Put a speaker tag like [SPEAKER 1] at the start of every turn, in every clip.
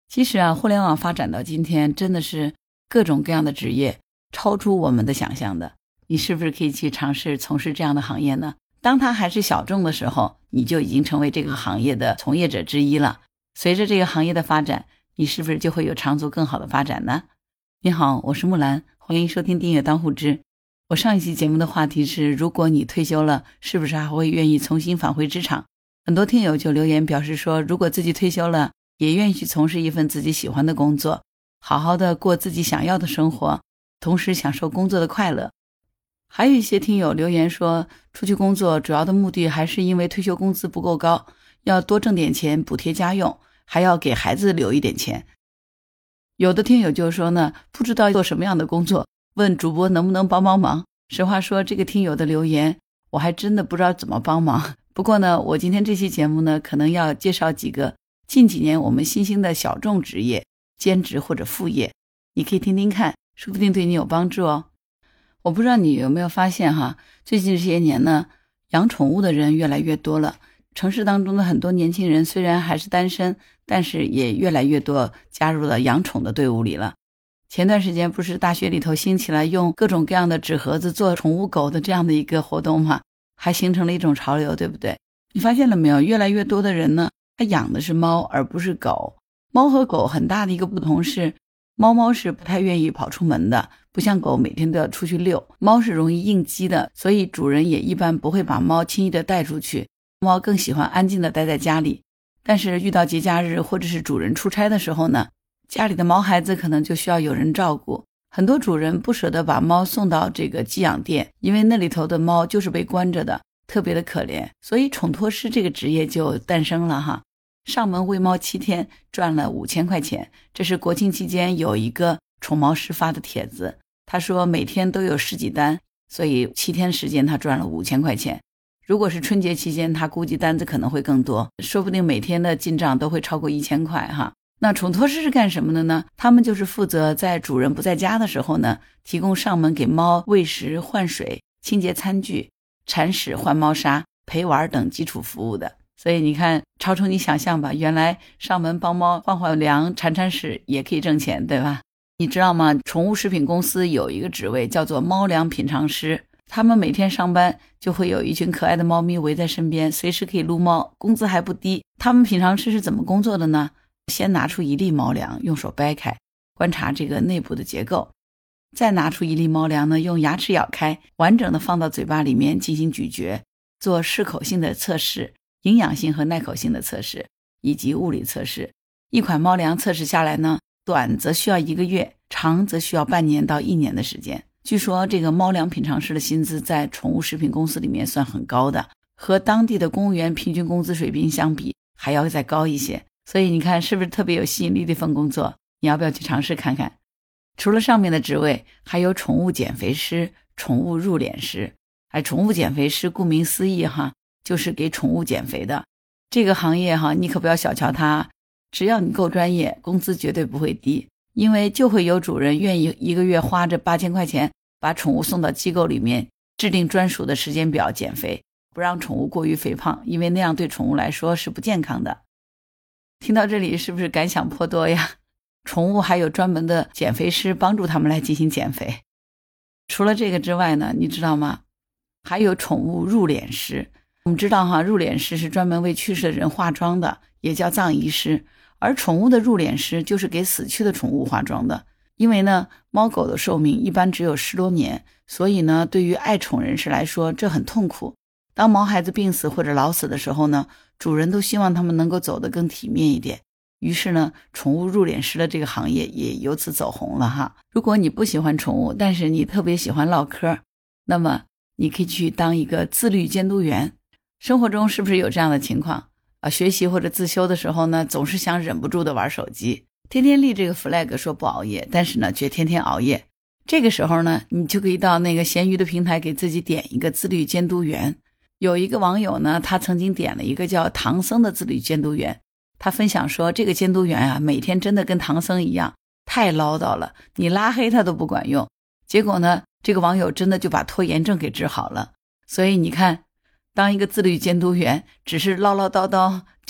[SPEAKER 1] 其实啊，互联网发展到今天，真的是各种各样的职业超出我们的想象的。你是不是可以去尝试从事这样的行业呢？当它还是小众的时候，你就已经成为这个行业的从业者之一了。随着这个行业的发展，你是不是就会有长足更好的发展呢？你好，我是木兰，欢迎收听订阅当户知。我上一期节目的话题是，如果你退休了，是不是还会愿意重新返回职场？很多听友就留言表示说，如果自己退休了，也愿意去从事一份自己喜欢的工作，好好的过自己想要的生活，同时享受工作的快乐。还有一些听友留言说，出去工作主要的目的还是因为退休工资不够高，要多挣点钱补贴家用，还要给孩子留一点钱。有的听友就说呢，不知道做什么样的工作，问主播能不能帮忙。实话说，这个听友的留言我还真的不知道怎么帮忙。不过呢，我今天这期节目呢，可能要介绍几个近几年我们新兴的小众职业，兼职或者副业，你可以听听看，说不定对你有帮助哦。我不知道你有没有发现哈，最近这些年呢，养宠物的人越来越多了。城市当中的很多年轻人虽然还是单身，但是也越来越多加入了养宠的队伍里了。前段时间不是大学里头兴起了用各种各样的纸盒子做宠物狗的这样的一个活动吗？还形成了一种潮流，对不对？你发现了没有，越来越多的人呢，他养的是猫而不是狗。猫和狗很大的一个不同是，猫是不太愿意跑出门的，不像狗每天都要出去遛，猫是容易应激的，所以主人也一般不会把猫轻易的带出去，猫更喜欢安静的待在家里。但是遇到节假日或者是主人出差的时候呢，家里的毛孩子可能就需要有人照顾，很多主人不舍得把猫送到这个寄养店，因为那里头的猫就是被关着的，特别的可怜，所以宠托师这个职业就诞生了哈。上门喂猫7天赚了5000块钱，这是国庆期间有一个宠毛师发的帖子，他说每天都有10几单，所以7天时间他赚了5000块钱。如果是春节期间，他估计单子可能会更多，说不定每天的进账都会超过1000块哈。那宠托师是干什么的呢？他们就是负责在主人不在家的时候呢，提供上门给猫喂食、换水、清洁餐具、铲屎、换猫砂、陪玩等基础服务的。所以你看，超出你想象吧，原来上门帮猫换换粮、铲屎也可以挣钱，对吧？你知道吗？宠物食品公司有一个职位叫做猫粮品尝师，他们每天上班就会有一群可爱的猫咪围在身边，随时可以撸猫，工资还不低。他们品尝师是怎么工作的呢？先拿出1粒猫粮，用手掰开，观察这个内部的结构，再拿出1粒猫粮呢，用牙齿咬开，完整的放到嘴巴里面进行咀嚼，做适口性的测试、营养性和耐口性的测试以及物理测试。一款猫粮测试下来呢，短则需要1个月，长则需要半年到1年的时间。据说这个猫粮品尝师的薪资在宠物食品公司里面算很高的，和当地的公务员平均工资水平相比还要再高一些。所以你看是不是特别有吸引力的一份工作？你要不要去尝试看看？除了上面的职位，还有宠物减肥师、宠物入殓师。宠物减肥师顾名思义哈，就是给宠物减肥的。这个行业哈，你可不要小瞧它，只要你够专业，工资绝对不会低，因为就会有主人愿意1个月花着8000块钱把宠物送到机构里面，制定专属的时间表减肥，不让宠物过于肥胖，因为那样对宠物来说是不健康的。听到这里是不是感想颇多呀？宠物还有专门的减肥师帮助他们来进行减肥。除了这个之外呢，你知道吗？还有宠物入殓师。我们知道哈，入殓师是专门为去世的人化妆的，也叫葬仪师。而宠物的入殓师就是给死去的宠物化妆的。因为呢，猫狗的寿命一般只有10多年，所以呢，对于爱宠人士来说，这很痛苦。当毛孩子病死或者老死的时候呢，主人都希望他们能够走得更体面一点。于是呢，宠物入殓师的这个行业也由此走红了哈。如果你不喜欢宠物，但是你特别喜欢唠嗑，那么你可以去当一个自律监督员。生活中是不是有这样的情况学习或者自修的时候呢，总是想忍不住的玩手机，天天立这个 flag 说不熬夜，但是呢却天天熬夜。这个时候呢，你就可以到那个闲鱼的平台给自己点一个自律监督员。有一个网友呢，他曾经点了一个叫唐僧的自律监督员，他分享说这个监督员每天真的跟唐僧一样，太唠叨了，你拉黑他都不管用。结果呢，这个网友真的就把拖延症给治好了。所以你看，当一个自律监督员只是唠唠叨叨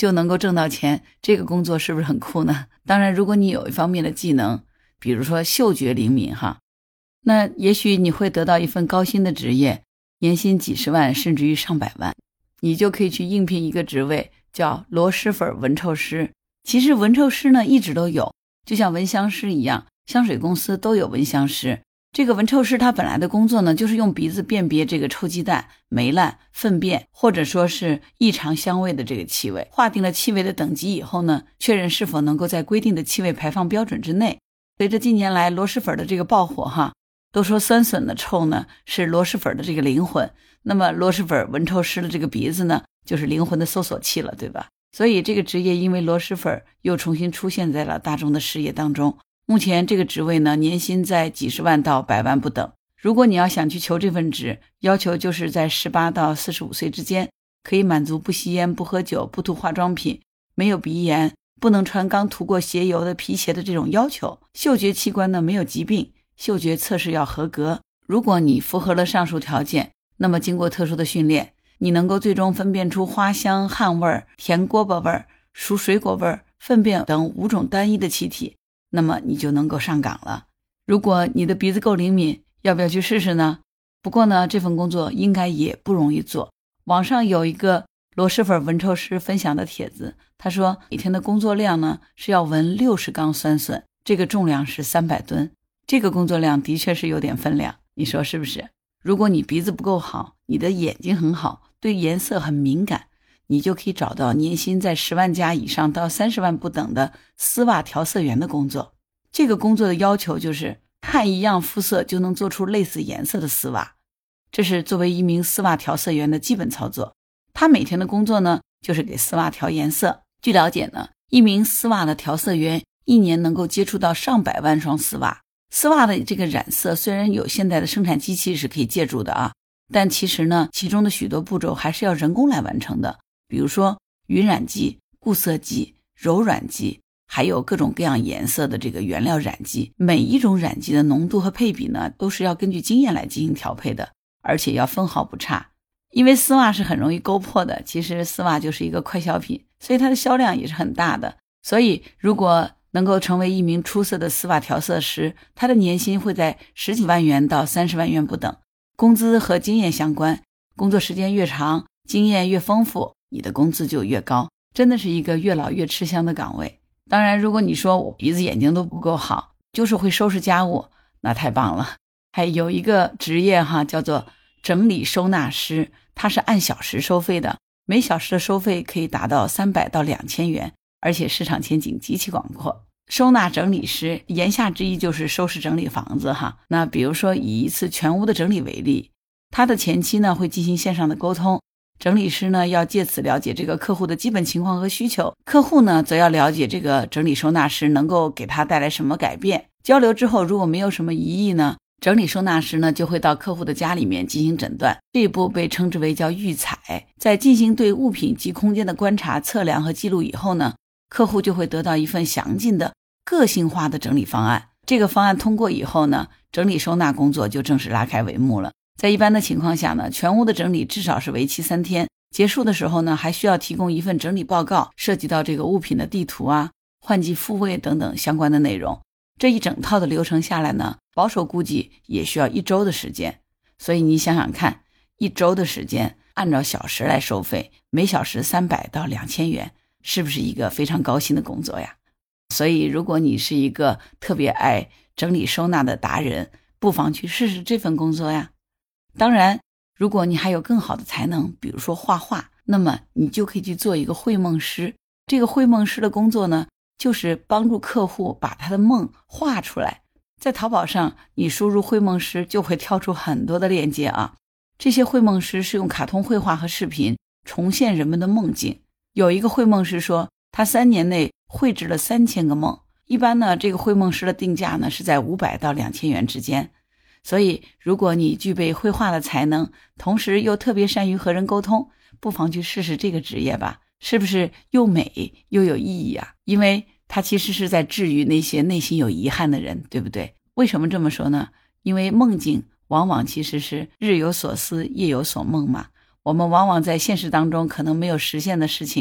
[SPEAKER 1] 就能够挣到钱，这个工作是不是很酷呢？当然，如果你有一方面的技能，比如说嗅觉灵敏哈，那也许你会得到一份高薪的职业，年薪几十万甚至于上百万，你就可以去应聘一个职位叫螺蛳粉闻臭师。其实闻臭师呢一直都有，就像闻香师一样，香水公司都有闻香师。这个闻臭师他本来的工作呢，就是用鼻子辨别这个臭鸡蛋、霉烂、粪便或者说是异常香味的这个气味，划定了气味的等级以后呢，确认是否能够在规定的气味排放标准之内。随着近年来螺蛳粉的这个爆火哈，都说酸笋的臭呢是螺蛳粉的这个灵魂，那么螺蛳粉闻臭师的这个鼻子呢就是灵魂的搜索器了，对吧？所以这个职业因为螺蛳粉又重新出现在了大众的视野当中。目前这个职位呢，年薪在几十万到100万不等。如果你要想去求这份职，要求就是在18到45岁之间，可以满足不吸烟、不喝酒、不涂化妆品、没有鼻炎、不能穿刚涂过鞋油的皮鞋的这种要求。嗅觉器官呢没有疾病，嗅觉测试要合格。如果你符合了上述条件，那么经过特殊的训练，你能够最终分辨出花香、汗味、甜锅巴味、熟水果味、粪便等5种单一的气体，那么你就能够上岗了。如果你的鼻子够灵敏，要不要去试试呢？不过呢，这份工作应该也不容易做。网上有一个螺蛳粉闻臭师分享的帖子，他说每天的工作量呢是要闻60缸酸笋，这个重量是300吨，这个工作量的确是有点分量，你说是不是？如果你鼻子不够好，你的眼睛很好，对颜色很敏感，你就可以找到年薪在10万加以上到30万不等的丝袜调色员的工作。这个工作的要求就是看一样肤色就能做出类似颜色的丝袜，这是作为一名丝袜调色员的基本操作。他每天的工作呢，就是给丝袜调颜色。据了解呢，一名丝袜的调色员一年能够接触到上百万双丝袜。丝袜的这个染色虽然有现代的生产机器是可以借助的啊，但其实呢，其中的许多步骤还是要人工来完成的。比如说晕染剂、固色剂、柔软剂，还有各种各样颜色的这个原料染剂，每一种染剂的浓度和配比呢，都是要根据经验来进行调配的，而且要分毫不差。因为丝袜是很容易勾破的，其实丝袜就是一个快消品，所以它的销量也是很大的。所以如果能够成为一名出色的丝袜调色师，他的年薪会在10几万元到30万元不等。工资和经验相关，工作时间越长，经验越丰富，你的工资就越高，真的是一个越老越吃香的岗位。当然，如果你说我鼻子眼睛都不够好，就是会收拾家务，那太棒了。还有一个职业哈，叫做整理收纳师，它是按小时收费的，每小时的收费可以达到300到2000元，而且市场前景极其广阔。收纳整理师言下之意就是收拾整理房子哈。那比如说以一次全屋的整理为例，他的前期呢会进行线上的沟通，整理师呢要借此了解这个客户的基本情况和需求，客户呢则要了解这个整理收纳师能够给他带来什么改变。交流之后，如果没有什么疑义呢，整理收纳师呢就会到客户的家里面进行诊断，这一步被称之为叫预采。在进行对物品及空间的观察、测量和记录以后呢，客户就会得到一份详尽的个性化的整理方案。这个方案通过以后呢，整理收纳工作就正式拉开帷幕了。在一般的情况下呢，全屋的整理至少是为期3天，结束的时候呢，还需要提供一份整理报告，涉及到这个物品的地图啊、换季复位等等相关的内容。这一整套的流程下来呢，保守估计也需要1周的时间。所以你想想看，1周的时间按照小时来收费，每小时300到2000元，是不是一个非常高薪的工作呀？所以如果你是一个特别爱整理收纳的达人，不妨去试试这份工作呀。当然，如果你还有更好的才能，比如说画画，那么你就可以去做一个绘梦师。这个绘梦师的工作呢，就是帮助客户把他的梦画出来。在淘宝上，你输入绘梦师就会跳出很多的链接啊。这些绘梦师是用卡通绘画和视频重现人们的梦境。有一个绘梦师说，他3年内绘制了3000个梦。一般呢，这个绘梦师的定价呢是在500到2000元之间。所以如果你具备绘画的才能，同时又特别善于和人沟通，不妨去试试这个职业吧。是不是又美又有意义啊？因为它其实是在治愈那些内心有遗憾的人，对不对？为什么这么说呢？因为梦境往往其实是日有所思夜有所梦嘛。我们往往在现实当中可能没有实现的事情，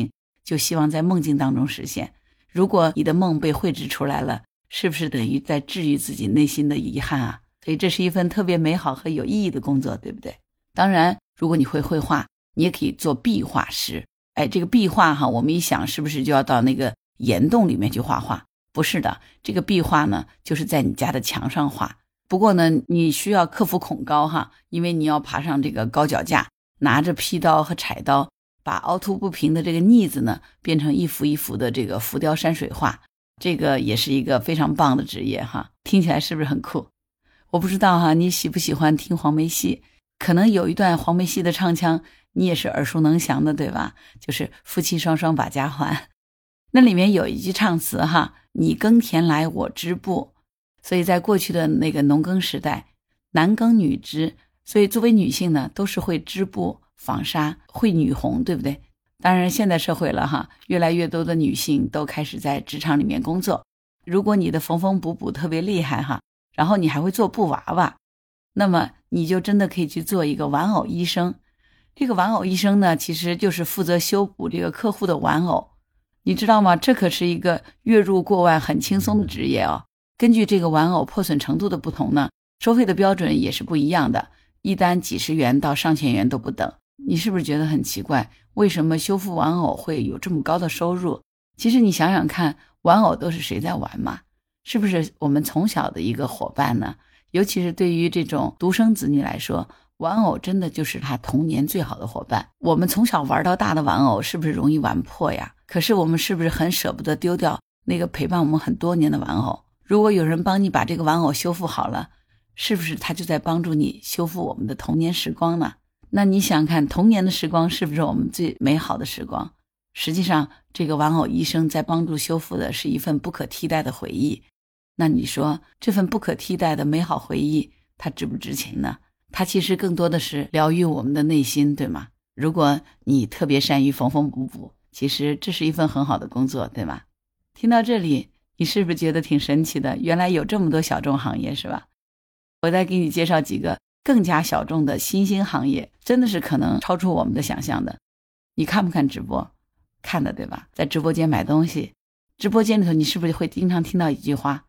[SPEAKER 1] 就希望在梦境当中实现。如果你的梦被绘制出来了，是不是等于在治愈自己内心的遗憾啊？所以这是一份特别美好和有意义的工作，对不对？当然，如果你会绘画，你也可以做壁画师。这个壁画哈，我们一想是不是就要到那个岩洞里面去画画？不是的，这个壁画呢，就是在你家的墙上画。不过呢，你需要克服恐高哈，因为你要爬上这个高脚架，拿着劈刀和柴刀，把凹凸不平的这个腻子呢，变成一幅一幅的这个浮雕山水画。这个也是一个非常棒的职业哈，听起来是不是很酷？我不知道哈，你喜不喜欢听黄梅戏？可能有一段黄梅戏的唱腔，你也是耳熟能详的，对吧？就是夫妻双双把家还。那里面有一句唱词哈，你耕田来我织布。所以在过去的那个农耕时代，男耕女织，所以作为女性呢，都是会织布、纺纱、会女红，对不对？当然现在社会了哈，越来越多的女性都开始在职场里面工作。如果你的缝缝补补特别厉害哈，然后你还会做布娃娃，那么你就真的可以去做一个玩偶医生。这个玩偶医生呢，其实就是负责修补这个客户的玩偶。你知道吗？这可是一个月入过万很轻松的职业哦。根据这个玩偶破损程度的不同呢，收费的标准也是不一样的，一单几十元到上千元都不等。你是不是觉得很奇怪，为什么修复玩偶会有这么高的收入？其实你想想看，玩偶都是谁在玩嘛？是不是我们从小的一个伙伴呢？尤其是对于这种独生子女来说，玩偶真的就是他童年最好的伙伴。我们从小玩到大的玩偶是不是容易玩破呀？可是我们是不是很舍不得丢掉那个陪伴我们很多年的玩偶？如果有人帮你把这个玩偶修复好了，是不是他就在帮助你修复我们的童年时光呢？那你想看童年的时光是不是我们最美好的时光？实际上这个玩偶医生在帮助修复的是一份不可替代的回忆。那你说这份不可替代的美好回忆它值不值钱呢？它其实更多的是疗愈我们的内心，对吗？如果你特别善于缝缝补补，其实这是一份很好的工作，对吗？听到这里你是不是觉得挺神奇的？原来有这么多小众行业，是吧？我再给你介绍几个更加小众的新兴行业，真的是可能超出我们的想象的。你看不看直播？看的，对吧？在直播间买东西，直播间里头你是不是会经常听到一句话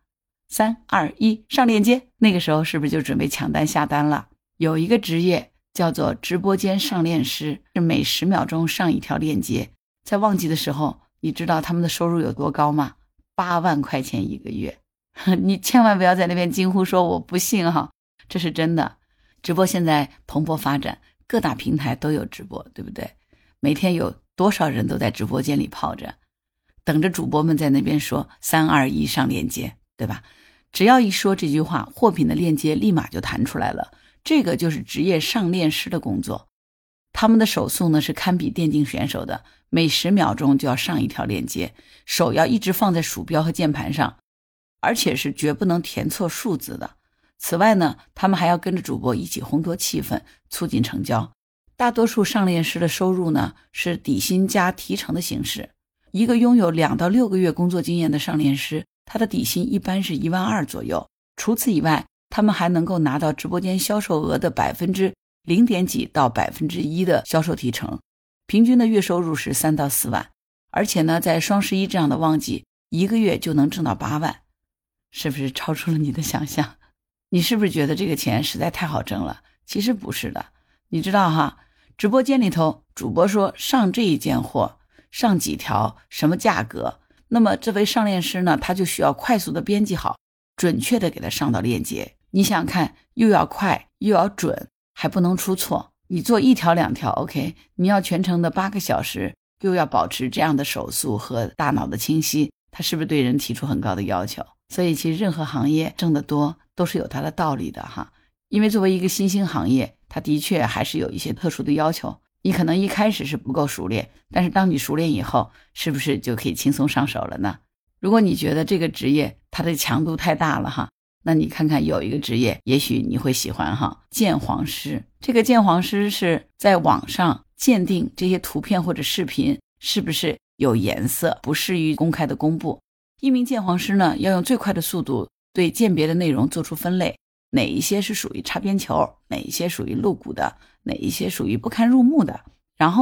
[SPEAKER 1] ，3、2、1上链接？那个时候是不是就准备抢单下单了？有一个职业叫做直播间上链师，是每10秒钟上一条链接。在旺季的时候，你知道他们的收入有多高吗？8万块钱一个月。你千万不要在那边惊呼说我不信哈，这是真的。直播现在蓬勃发展，各大平台都有直播，对不对？每天有多少人都在直播间里泡着，等着主播们在那边说3、2、1上链接，对吧？只要一说这句话，货品的链接立马就弹出来了。这个就是职业上链师的工作。他们的手速呢是堪比电竞选手的，每10秒钟就要上一条链接，手要一直放在鼠标和键盘上，而且是绝不能填错数字的。此外呢，他们还要跟着主播一起烘托气氛，促进成交。大多数上链师的收入呢是底薪加提成的形式。一个拥有2到6个月工作经验的上链师，他的底薪一般是1万2左右。除此以外，他们还能够拿到直播间销售额的0点几到1%的销售提成，平均的月收入是3到4万。而且呢，在双11这样的旺季，一个月就能挣到8万，是不是超出了你的想象？你是不是觉得这个钱实在太好挣了？其实不是的。你知道哈，直播间里头主播说上这一件货，上几条，什么价格，那么这位上链师呢，他就需要快速的编辑好，准确的给他上到链接。你想看，又要快又要准，还不能出错。你做1条2条 OK， 你要全程的8个小时，又要保持这样的手速和大脑的清晰，他是不是对人提出很高的要求？所以其实任何行业挣得多都是有它的道理的哈。因为作为一个新兴行业，它的确还是有一些特殊的要求。你可能一开始是不够熟练，但是当你熟练以后，是不是就可以轻松上手了呢？如果你觉得这个职业它的强度太大了哈，那你看看有一个职业也许你会喜欢哈，鉴黄师。这个鉴黄师是在网上鉴定这些图片或者视频是不是有颜色，不适于公开的公布。一名鉴黄师呢，要用最快的速度对鉴别的内容做出分类，哪一些是属于擦边球，哪一些属于露骨的，哪一些属于不堪入目的。然后呢，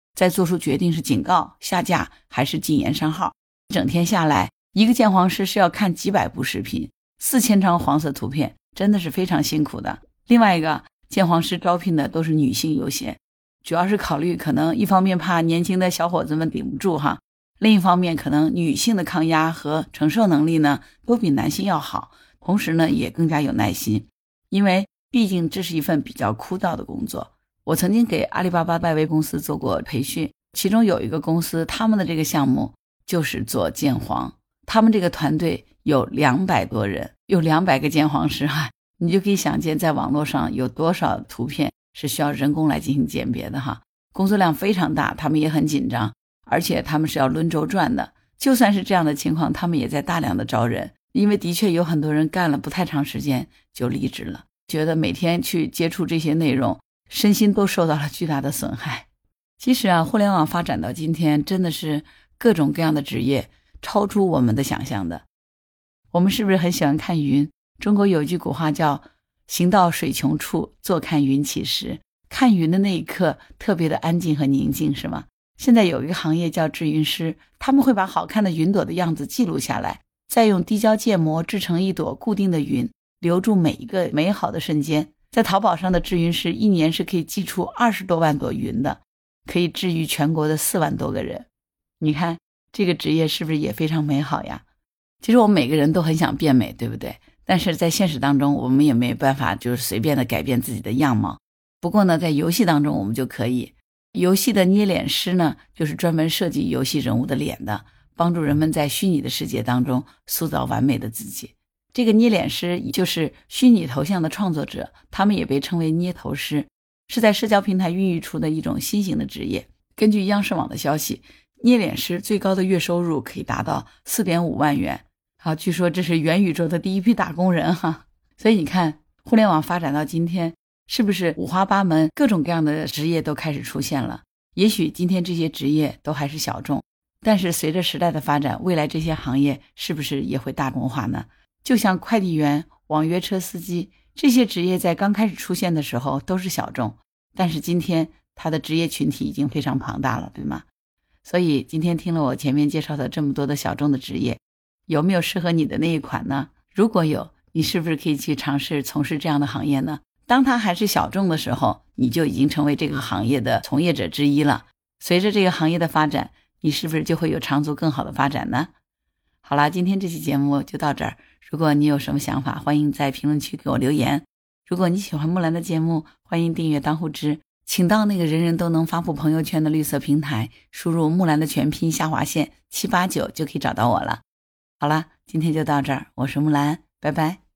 [SPEAKER 1] 再做出决定是警告、下架还是禁言删号。整天下来，一个鉴黄师是要看几百部视频，4000张黄色图片，真的是非常辛苦的。另外一个，鉴黄师招聘的都是女性优先，主要是考虑可能一方面怕年轻的小伙子们顶不住哈，另一方面可能女性的抗压和承受能力呢都比男性要好，同时呢也更加有耐心，因为毕竟这是一份比较枯燥的工作。我曾经给阿里巴巴外围公司做过培训，其中有一个公司，他们的这个项目就是做鉴黄，他们这个团队有200多人，有200个鉴黄师哈，你就可以想见在网络上有多少图片是需要人工来进行鉴别的哈，工作量非常大，他们也很紧张，而且他们是要轮轴转的。就算是这样的情况，他们也在大量的招人，因为的确有很多人干了不太长时间就离职了，觉得每天去接触这些内容，身心都受到了巨大的损害。其实啊，互联网发展到今天，真的是各种各样的职业超出我们的想象的。我们是不是很喜欢看云？中国有句古话叫行到水穷处，坐看云起时。看云的那一刻特别的安静和宁静，是吗？现在有一个行业叫制云师，他们会把好看的云朵的样子记录下来，再用滴胶建模制成一朵固定的云，留住每一个美好的瞬间。在淘宝上的制云师一年是可以寄出20多万朵云的，可以治愈全国的4万多个人。你看这个职业是不是也非常美好呀？其实我们每个人都很想变美，对不对？但是在现实当中，我们也没有办法就是随便的改变自己的样貌。不过呢，在游戏当中我们就可以。游戏的捏脸师呢，就是专门设计游戏人物的脸的，帮助人们在虚拟的世界当中塑造完美的自己。这个捏脸师就是虚拟头像的创作者，他们也被称为捏头师，是在社交平台孕育出的一种新型的职业。根据央视网的消息，捏脸师最高的月收入可以达到 4.5 万元。好，据说这是元宇宙的第一批打工人哈。所以你看，互联网发展到今天，是不是五花八门，各种各样的职业都开始出现了？也许今天这些职业都还是小众，但是随着时代的发展，未来这些行业是不是也会大众化呢？就像快递员、网约车司机，这些职业在刚开始出现的时候都是小众，但是今天它的职业群体已经非常庞大了，对吗？所以今天听了我前面介绍的这么多的小众的职业，有没有适合你的那一款呢？如果有，你是不是可以去尝试从事这样的行业呢？当它还是小众的时候，你就已经成为这个行业的从业者之一了。随着这个行业的发展，你是不是就会有长足更好的发展呢？好啦，今天这期节目就到这儿。如果你有什么想法，欢迎在评论区给我留言。如果你喜欢木兰的节目，欢迎订阅当户知，请到那个人人都能发布朋友圈的绿色平台，输入木兰的全拼/789就可以找到我了。好啦，今天就到这儿，我是木兰，拜拜。